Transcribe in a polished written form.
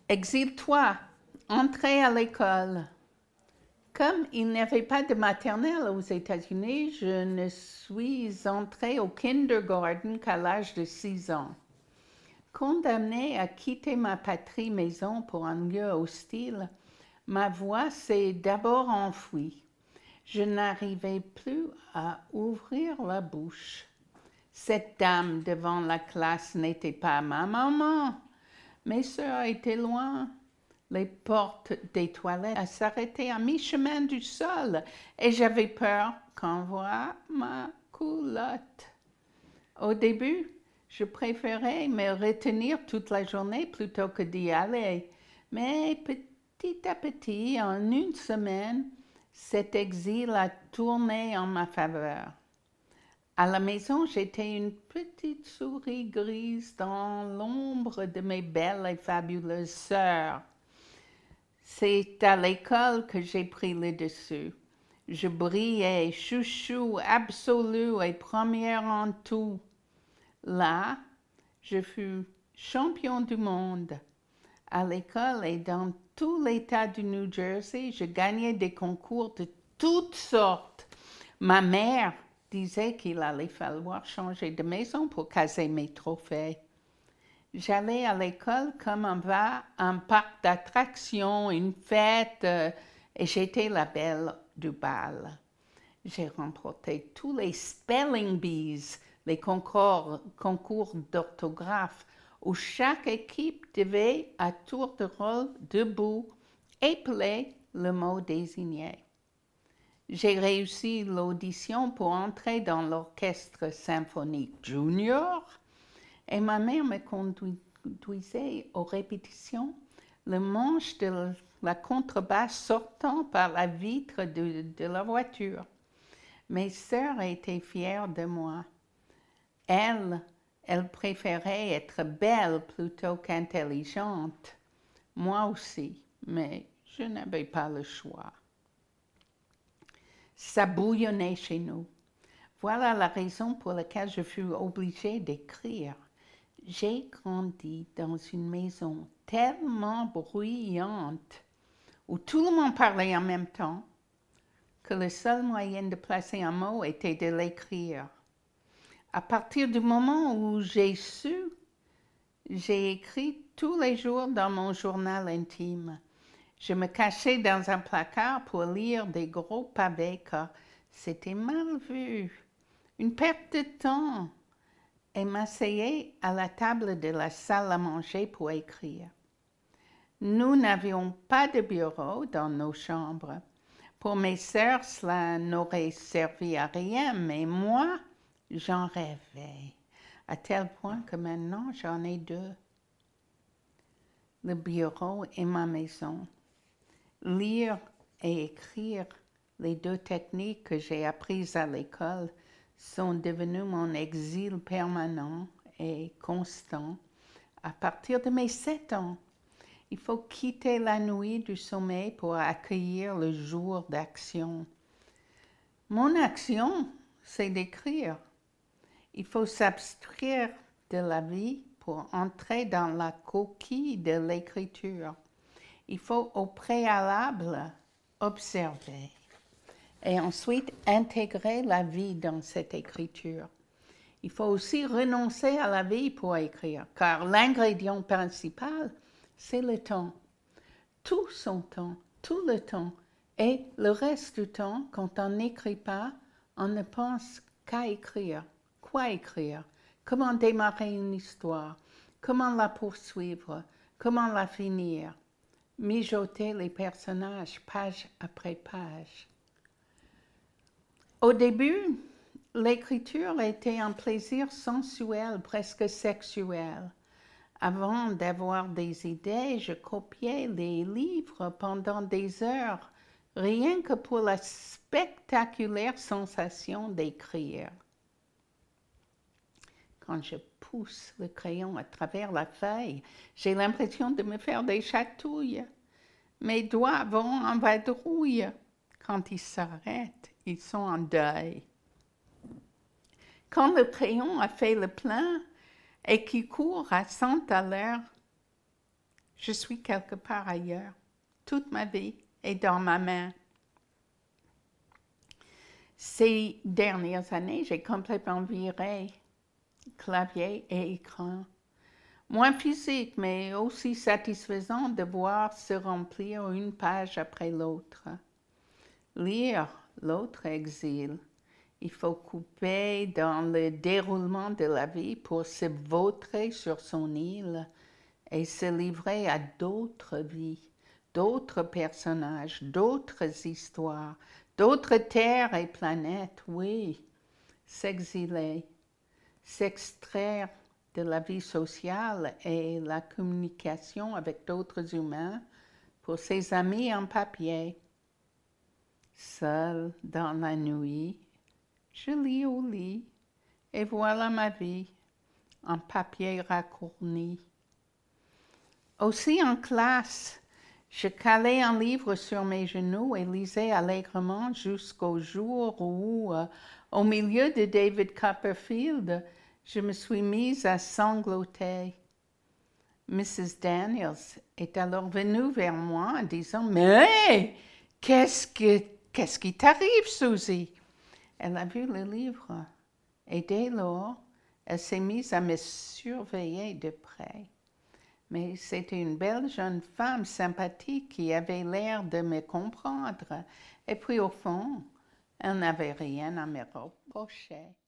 Exile-toi, entrez à l'école. Comme il n'y avait pas de maternelle aux États-Unis, je ne suis entrée au kindergarten qu'à l'âge de 6 ans. Condamnée à quitter ma patrie maison pour un lieu hostile, ma voix s'est d'abord enfouie. Je n'arrivais plus à ouvrir la bouche. Cette dame devant la classe n'était pas ma maman. Mes sœurs étaient loin. Les portes des toilettes s'arrêtaient à mi-chemin du sol et j'avais peur qu'on voie ma culotte. Au début, je préférais me retenir toute la journée plutôt que d'y aller. Mais petit à petit, en une semaine, cet exil a tourné en ma faveur. À la maison, j'étais une petite souris grise dans l'ombre de mes belles et fabuleuses sœurs. C'est à l'école que j'ai pris le dessus. Je brillais, chouchou absolu et première en tout. Là, je fus champion du monde. À l'école et dans tout l'État du New Jersey, je gagnais des concours de toutes sortes. Ma mère disait qu'il allait falloir changer de maison pour caser mes trophées. J'allais à l'école comme on va à un parc d'attractions, une fête, et j'étais la belle du bal. J'ai remporté tous les spelling bees, les concours d'orthographe, où chaque équipe devait, à tour de rôle, debout, épeler le mot désigné. J'ai réussi l'audition pour entrer dans l'orchestre symphonique junior et ma mère me conduisait aux répétitions, le manche de la contrebasse sortant par la vitre de la voiture. Mes sœurs étaient fières de moi. Elles préféraient être belle plutôt qu'intelligente. Moi aussi, mais je n'avais pas le choix. Ça bouillonnait chez nous. Voilà la raison pour laquelle je fus obligée d'écrire. J'ai grandi dans une maison tellement bruyante, où tout le monde parlait en même temps, que le seul moyen de placer un mot était de l'écrire. À partir du moment où j'ai su, j'ai écrit tous les jours dans mon journal intime. Je me cachais dans un placard pour lire des gros pavés car c'était mal vu, une perte de temps, et m'asseyais à la table de la salle à manger pour écrire. Nous n'avions pas de bureau dans nos chambres. Pour mes sœurs, cela n'aurait servi à rien, mais moi, j'en rêvais, à tel point que maintenant j'en ai 2. Le bureau et ma maison. Lire et écrire, les 2 techniques que j'ai apprises à l'école, sont devenues mon exil permanent et constant à partir de mes 7 ans. Il faut quitter la nuit du sommeil pour accueillir le jour d'action. Mon action, c'est d'écrire. Il faut s'abstraire de la vie pour entrer dans la coquille de l'écriture. Il faut au préalable observer et ensuite intégrer la vie dans cette écriture. Il faut aussi renoncer à la vie pour écrire, car l'ingrédient principal, c'est le temps. Tout son temps, tout le temps. Et le reste du temps, quand on n'écrit pas, on ne pense qu'à écrire. Quoi écrire? Comment démarrer une histoire? Comment la poursuivre? Comment la finir? Mijoter les personnages page après page. Au début, l'écriture était un plaisir sensuel, presque sexuel. Avant d'avoir des idées, je copiais les livres pendant des heures, rien que pour la spectaculaire sensation d'écrire. Quand je pousse le crayon à travers la feuille, j'ai l'impression de me faire des chatouilles. Mes doigts vont en vadrouille. Quand ils s'arrêtent, ils sont en deuil. Quand le crayon a fait le plein et qu'il court à 100 à l'heure, Je suis quelque part ailleurs. Toute ma vie est dans ma main. Ces dernières années, j'ai complètement viré clavier et écran. Moins physique, mais aussi satisfaisant de voir se remplir une page après l'autre. Lire l'autre exil. Il faut couper dans le déroulement de la vie pour se vautrer sur son île et se livrer à d'autres vies, d'autres personnages, d'autres histoires, d'autres terres et planètes, oui. S'exiler, s'extraire de la vie sociale et la communication avec d'autres humains pour ses amis en papier. Seul dans la nuit, je lis au lit et voilà ma vie en papier raccourni. Aussi en classe, je calais un livre sur mes genoux et lisais allègrement jusqu'au jour où, au milieu de David Copperfield, je me suis mise à sangloter. Mrs. Daniels est alors venue vers moi en disant « Mais qu'est-ce qui t'arrive, Suzy ?» Elle a vu le livre et dès lors, elle s'est mise à me surveiller de près. Mais c'était une belle jeune femme sympathique qui avait l'air de me comprendre. Et puis au fond, elle n'avait rien à me reprocher.